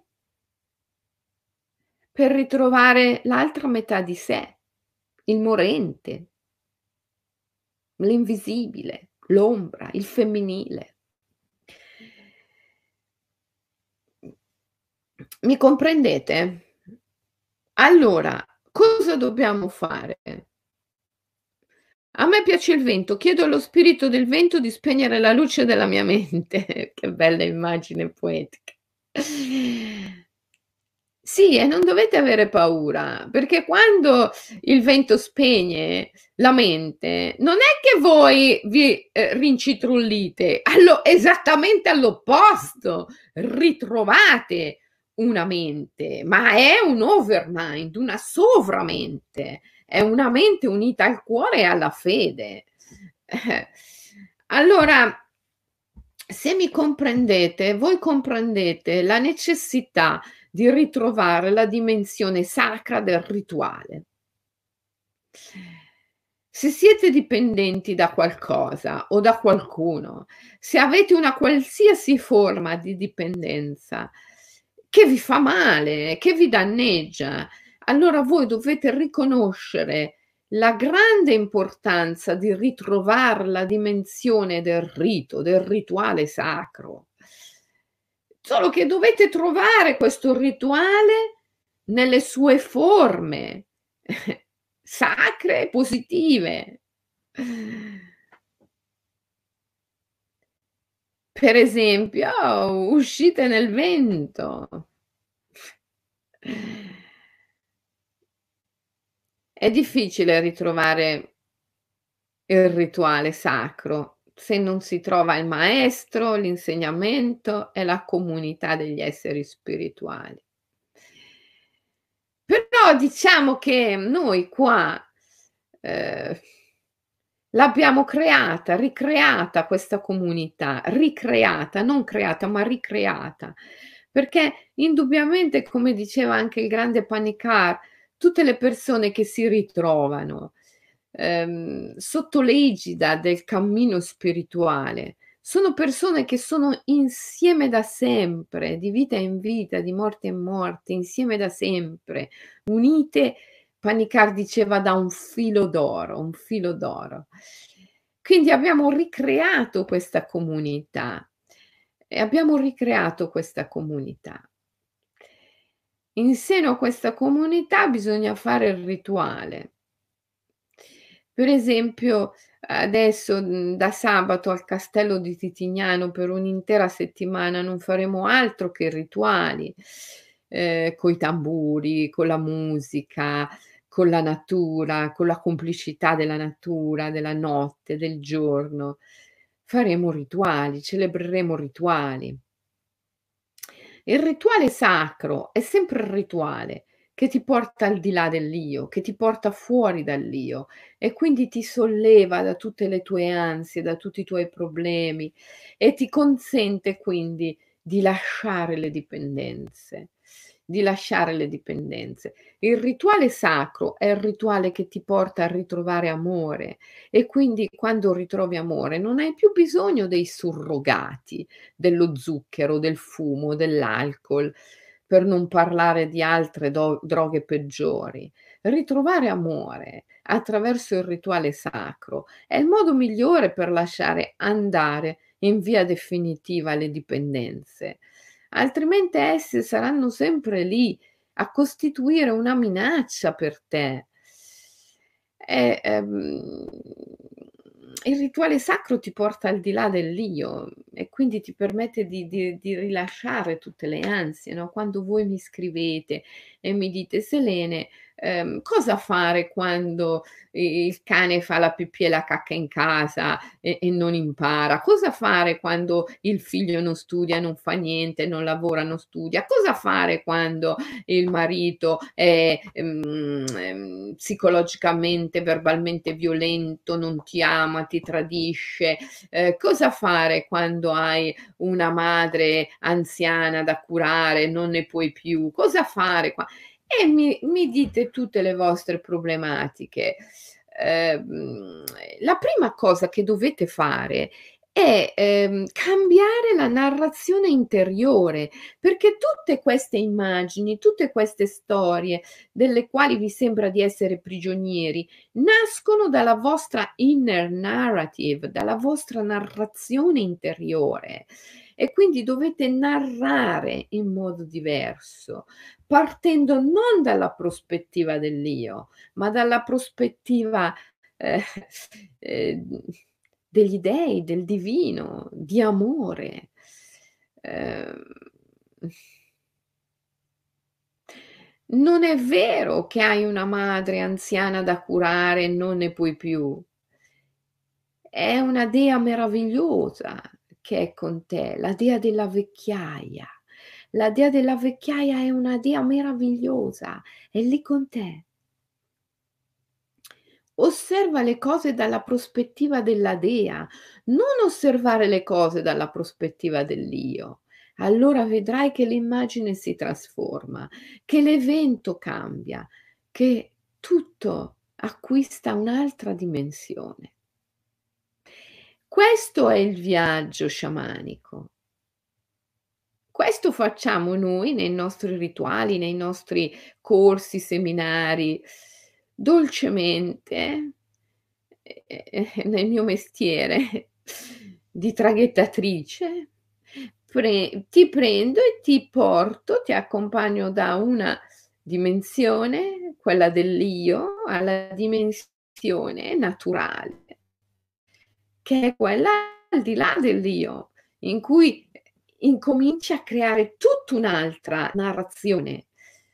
per ritrovare l'altra metà di sé, il morente, l'invisibile, l'ombra, il femminile. Mi comprendete? Allora, cosa dobbiamo fare? A me piace il vento, chiedo allo spirito del vento di spegnere la luce della mia mente. Che bella immagine poetica. Sì, e non dovete avere paura, perché quando il vento spegne la mente, non è che voi vi rincitrullite, esattamente all'opposto, ritrovate una mente, ma è un overmind, una sovramente, è una mente unita al cuore e alla fede. Allora, se mi comprendete, voi comprendete la necessità di ritrovare la dimensione sacra del rituale. Se siete dipendenti da qualcosa o da qualcuno, se avete una qualsiasi forma di dipendenza che vi fa male, che vi danneggia, allora voi dovete riconoscere la grande importanza di ritrovare la dimensione del rito, del rituale sacro. Solo che dovete trovare questo rituale nelle sue forme sacre e positive. Per esempio, uscite nel vento. È difficile ritrovare il rituale sacro se non si trova il maestro, l'insegnamento e la comunità degli esseri spirituali. Però diciamo che noi qua l'abbiamo creata, ricreata questa comunità, ricreata, non creata, ma ricreata, perché indubbiamente, come diceva anche il grande Panikkar, tutte le persone che si ritrovano sotto l'egida del cammino spirituale sono persone che sono insieme da sempre, di vita in vita, di morte in morte, insieme da sempre, unite. Panikkar diceva da un filo d'oro, un filo d'oro. Quindi abbiamo ricreato questa comunità e abbiamo ricreato questa comunità. In seno a questa comunità bisogna fare il rituale. Per esempio, adesso, da sabato al castello di Titignano per un'intera settimana non faremo altro che rituali, coi tamburi, con la musica, con la natura, con la complicità della natura, della notte, del giorno. Faremo rituali, celebreremo rituali. Il rituale sacro è sempre il rituale, che ti porta al di là dell'io, che ti porta fuori dall'io e quindi ti solleva da tutte le tue ansie, da tutti i tuoi problemi e ti consente quindi di lasciare le dipendenze, di lasciare le dipendenze. Il rituale sacro è il rituale che ti porta a ritrovare amore e quindi quando ritrovi amore non hai più bisogno dei surrogati, dello zucchero, del fumo, dell'alcol, per non parlare di altre droghe peggiori. Ritrovare amore attraverso il rituale sacro è il modo migliore per lasciare andare in via definitiva le dipendenze, altrimenti esse saranno sempre lì a costituire una minaccia per te. E, il rituale sacro ti porta al di là dell'io e quindi ti permette di rilasciare tutte le ansie, no, quando voi mi scrivete e mi dite: "Selene, cosa fare quando il cane fa la pipì e la cacca in casa e non impara? Cosa fare quando il figlio non studia, non fa niente, non lavora, non studia? Cosa fare quando il marito è, psicologicamente, verbalmente violento, non ti ama, ti tradisce? Cosa fare quando hai una madre anziana da curare, non ne puoi più? Cosa fare e mi dite tutte le vostre problematiche. Ehm, la prima cosa che dovete fare è, cambiare la narrazione interiore, perché tutte queste immagini, tutte queste storie delle quali vi sembra di essere prigionieri, nascono dalla vostra inner narrative, dalla vostra narrazione interiore e quindi dovete narrare in modo diverso, partendo non dalla prospettiva dell'io, ma dalla prospettiva, ehm, ehm, degli dei, del divino, di amore. Ehm, non è vero che hai una madre anziana da curare e non ne puoi più. È una dea meravigliosa che è con te, la dea della vecchiaia. La dea della vecchiaia è una dea meravigliosa, è lì con te. Osserva le cose dalla prospettiva della dea, non osservare le cose dalla prospettiva dell'io. Allora vedrai che l'immagine si trasforma, che l'evento cambia, che tutto acquista un'altra dimensione. Questo è il viaggio sciamanico. Questo facciamo noi nei nostri rituali, nei nostri corsi, dolcemente, nel mio mestiere di traghettatrice, ti prendo e ti porto, ti accompagno da una dimensione, quella dell'io, alla dimensione naturale, che è quella al di là dell'io, in cui incominci a creare tutt'un'altra narrazione.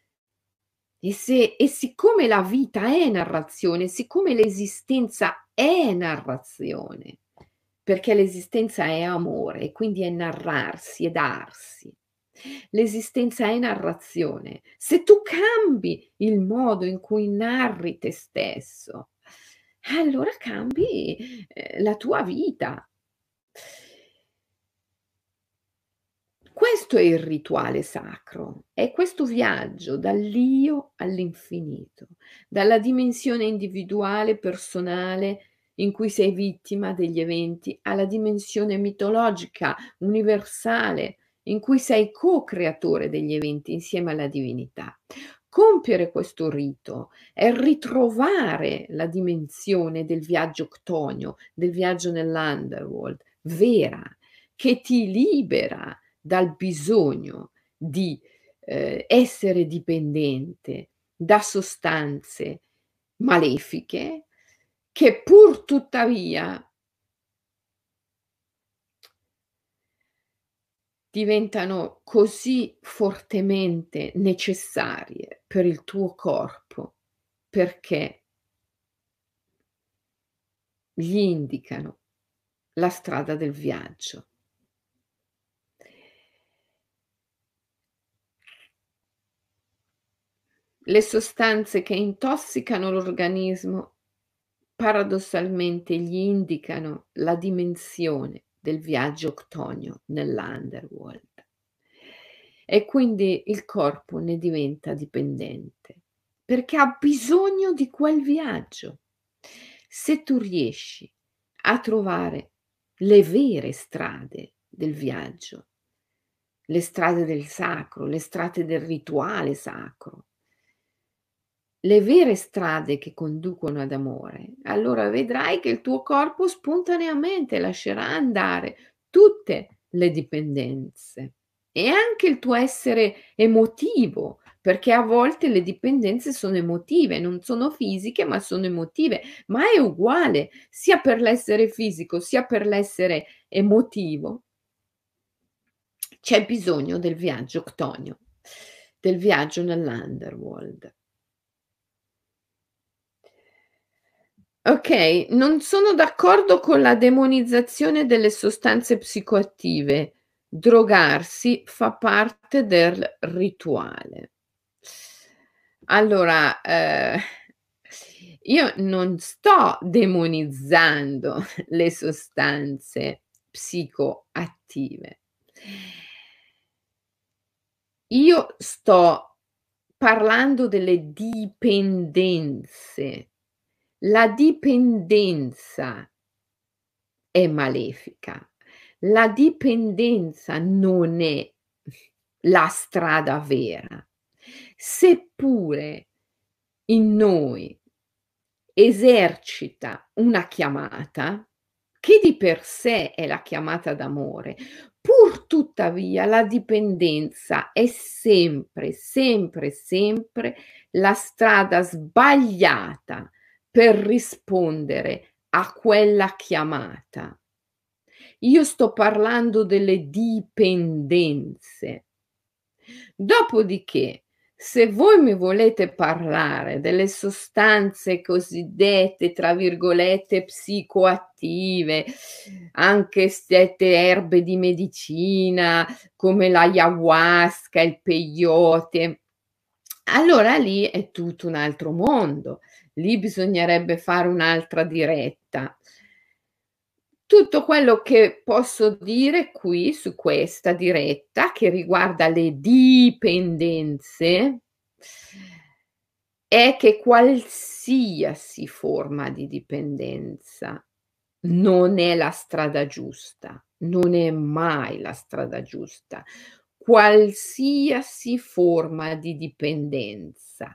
E siccome la vita è narrazione, siccome l'esistenza è narrazione, perché l'esistenza è amore e quindi è narrarsi, è darsi. L'esistenza è narrazione. Se tu cambi il modo in cui narri te stesso, allora cambi, la tua vita. Questo è il rituale sacro, è questo viaggio dall'io all'infinito, dalla dimensione individuale, personale, in cui sei vittima degli eventi, alla dimensione mitologica, universale, in cui sei co-creatore degli eventi insieme alla divinità. Compiere questo rito è ritrovare la dimensione del viaggio ctonio, del viaggio nell'underworld, vera, che ti libera dal bisogno di, essere dipendente da sostanze malefiche che pur tuttavia diventano così fortemente necessarie per il tuo corpo, perché gli indicano la strada del viaggio. Le sostanze che intossicano l'organismo paradossalmente gli indicano la dimensione del viaggio ctonio nell'underworld e quindi il corpo ne diventa dipendente, perché ha bisogno di quel viaggio. Se tu riesci a trovare le vere strade del viaggio, le strade del sacro, le strade del rituale sacro, le vere strade che conducono ad amore, allora vedrai che il tuo corpo spontaneamente lascerà andare tutte le dipendenze e anche il tuo essere emotivo, perché a volte le dipendenze sono emotive, non sono fisiche, ma sono emotive, ma è uguale sia per l'essere fisico, sia per l'essere emotivo. C'è bisogno del viaggio ctonio, del viaggio nell'underworld. Okay, non sono d'accordo con la demonizzazione delle sostanze psicoattive. Drogarsi fa parte del rituale. Allora, io non sto demonizzando le sostanze psicoattive. Io sto parlando delle dipendenze. La dipendenza è malefica. La dipendenza non è la strada vera. Seppure in noi esercita una chiamata, che di per sé è la chiamata d'amore, pur tuttavia la dipendenza è sempre, sempre, sempre la strada sbagliata per rispondere a quella chiamata. Io sto parlando delle dipendenze. Dopodiché, se voi mi volete parlare delle sostanze cosiddette, tra virgolette, "psicoattive", anche dette erbe di medicina come l'ayahuasca, il peyote, allora lì è tutto un altro mondo. Lì bisognerebbe fare un'altra diretta. Tutto quello che posso dire qui su questa diretta, che riguarda le dipendenze, è che qualsiasi forma di dipendenza non è la strada giusta, non è mai la strada giusta. Qualsiasi forma di dipendenza,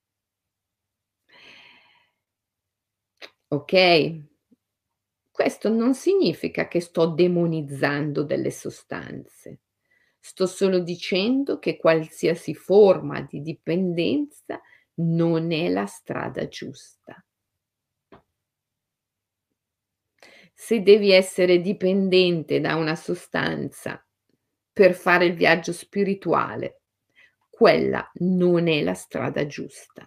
okay? Questo non significa che sto demonizzando delle sostanze. Sto solo dicendo che qualsiasi forma di dipendenza non è la strada giusta. Se devi essere dipendente da una sostanza per fare il viaggio spirituale, quella non è la strada giusta.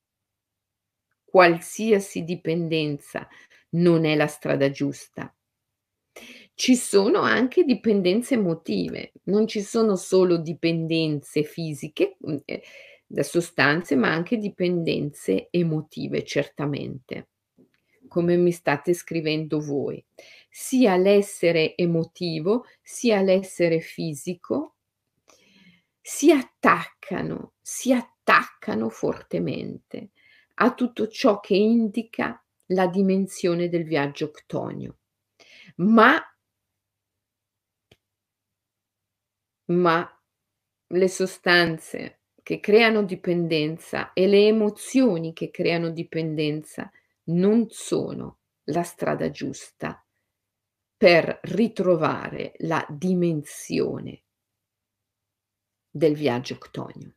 Qualsiasi dipendenza non è la strada giusta. Ci sono anche dipendenze emotive, non ci sono solo dipendenze fisiche, da sostanze, ma anche dipendenze emotive, certamente, come mi state scrivendo voi. Sia l'essere emotivo, sia l'essere fisico si attaccano fortemente a tutto ciò che indica la dimensione del viaggio ctonio. Ma Ma le sostanze che creano dipendenza e le emozioni che creano dipendenza non sono la strada giusta per ritrovare la dimensione del viaggio ctonio,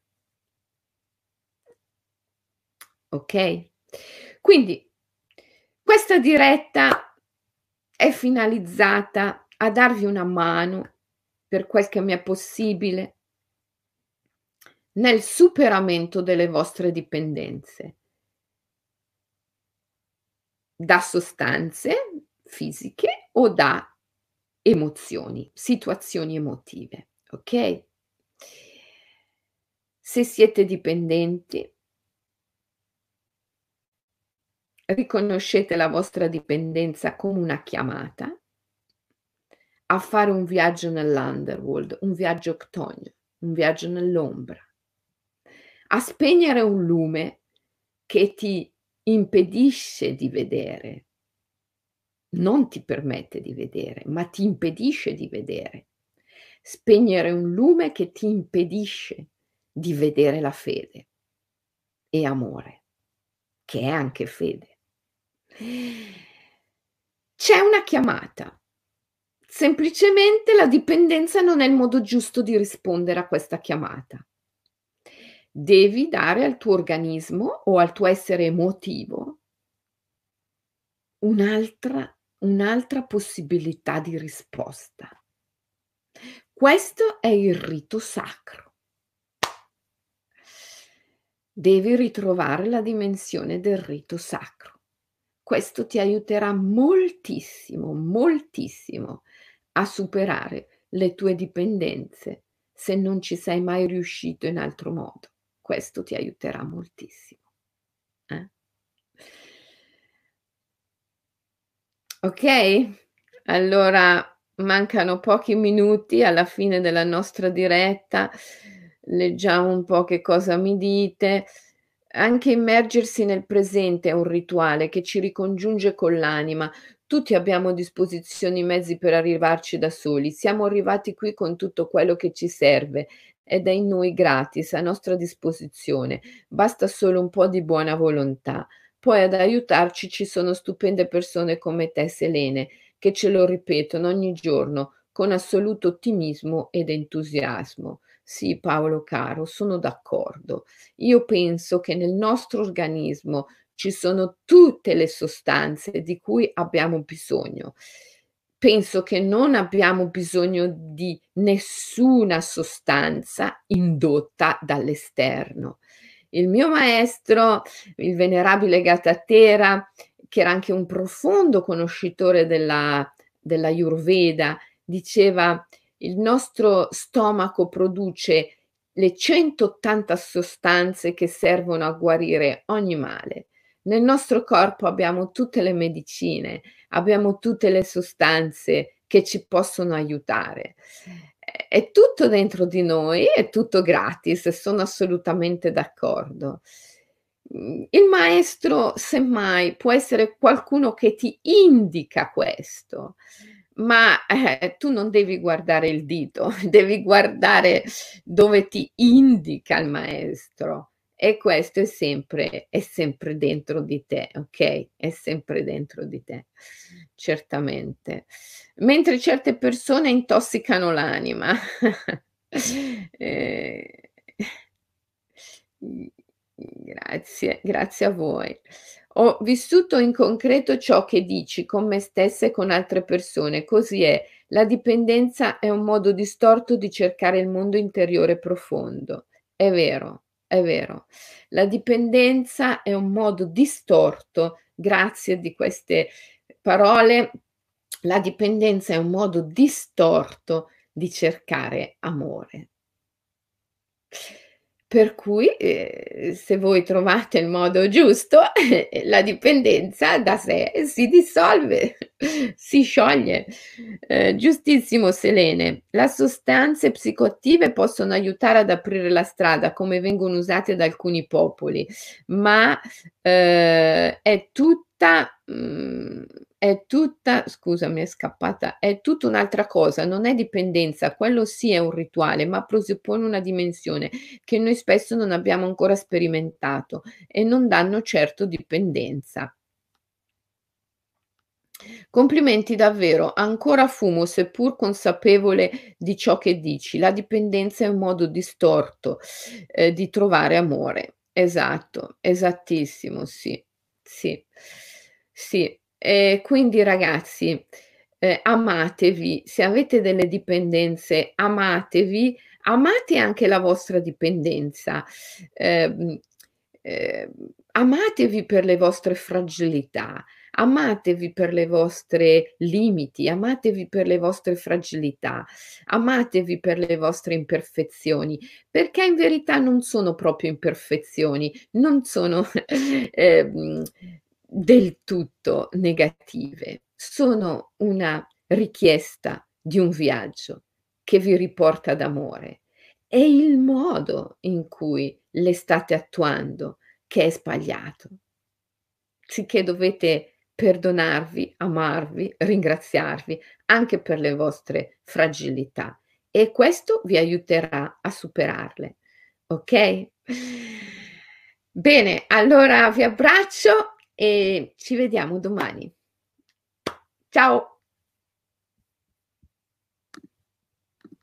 okay? Quindi questa diretta è finalizzata a darvi una mano, per quel che mi è possibile, nel superamento delle vostre dipendenze da sostanze fisiche o da emozioni, situazioni emotive, okay? Se siete dipendenti, riconoscete la vostra dipendenza come una chiamata a fare un viaggio nell'underworld, un viaggio chthonico, un viaggio nell'ombra, a spegnere un lume che ti impedisce di vedere, non ti permette di vedere, ma ti impedisce di vedere. Spegnere un lume che ti impedisce di vedere la fede e amore, che è anche fede. C'è una chiamata. Semplicemente la dipendenza non è il modo giusto di rispondere a questa chiamata. Devi dare al tuo organismo o al tuo essere emotivo un'altra possibilità di risposta. Questo è il rito sacro. Devi ritrovare la dimensione del rito sacro. Questo ti aiuterà moltissimo, moltissimo a superare le tue dipendenze, se non ci sei mai riuscito in altro modo. Questo ti aiuterà moltissimo. Okay? Allora mancano pochi minuti alla fine della nostra diretta, leggiamo un po' che cosa mi dite. Anche immergersi nel presente è un rituale che ci ricongiunge con l'anima. Tutti abbiamo a disposizione i mezzi per arrivarci da soli. Siamo arrivati qui con tutto quello che ci serve ed è in noi gratis, a nostra disposizione. Basta solo un po' di buona volontà. Poi ad aiutarci ci sono stupende persone come te, Selene, che ce lo ripetono ogni giorno con assoluto ottimismo ed entusiasmo. Sì, Paolo caro, sono d'accordo. Io penso che nel nostro organismo ci sono tutte le sostanze di cui abbiamo bisogno. Penso che non abbiamo bisogno di nessuna sostanza indotta dall'esterno. Il mio maestro, il venerabile Gatatera, che era anche un profondo conoscitore dell'Ayurveda, diceva: "Il nostro stomaco produce le 180 sostanze che servono a guarire ogni male. Nel nostro corpo abbiamo tutte le medicine, abbiamo tutte le sostanze che ci possono aiutare. È tutto dentro di noi, è tutto gratis, sono assolutamente d'accordo. Il maestro, semmai, può essere qualcuno che ti indica questo, ma, tu non devi guardare il dito, devi guardare dove ti indica il maestro e questo è sempre dentro di te, okay, è sempre dentro di te, certamente. Mentre certe persone intossicano l'anima. Ehm, grazie, grazie a voi. Ho vissuto in concreto ciò che dici con me stessa e con altre persone, così è. La dipendenza è un modo distorto di cercare il mondo interiore profondo. È vero, è vero. La dipendenza è un modo distorto, grazie di queste parole, la dipendenza è un modo distorto di cercare amore. Per cui, se voi trovate il modo giusto, la dipendenza da sé si dissolve, si scioglie. Giustissimo Selene. La sostanze psicoattive possono aiutare ad aprire la strada, come vengono usate da alcuni popoli, ma, è tutta scusa mi è scappata, è tutta un'altra cosa, non è dipendenza, quello sì è un rituale, ma presuppone una dimensione che noi spesso non abbiamo ancora sperimentato e non danno certo dipendenza. Complimenti davvero, ancora fumo seppur consapevole di ciò che dici. La dipendenza è un modo distorto, di trovare amore. Esatto, esattissimo, sì, sì, sì. Quindi ragazzi, amatevi, se avete delle dipendenze amatevi, amate anche la vostra dipendenza. Ehm, ehm, Amatevi per le vostre fragilità. Amatevi per le vostre limiti, amatevi per le vostre fragilità, amatevi per le vostre imperfezioni, perché in verità non sono proprio imperfezioni, non sono ehm, del tutto negative, sono una richiesta di un viaggio che vi riporta d'amore. È il modo in cui le state attuando che è sbagliato. Sicché dovete perdonarvi, amarvi, ringraziarvi anche per le vostre fragilità e questo vi aiuterà a superarle, okay? Bene, allora vi abbraccio e ci vediamo domani. Ciao.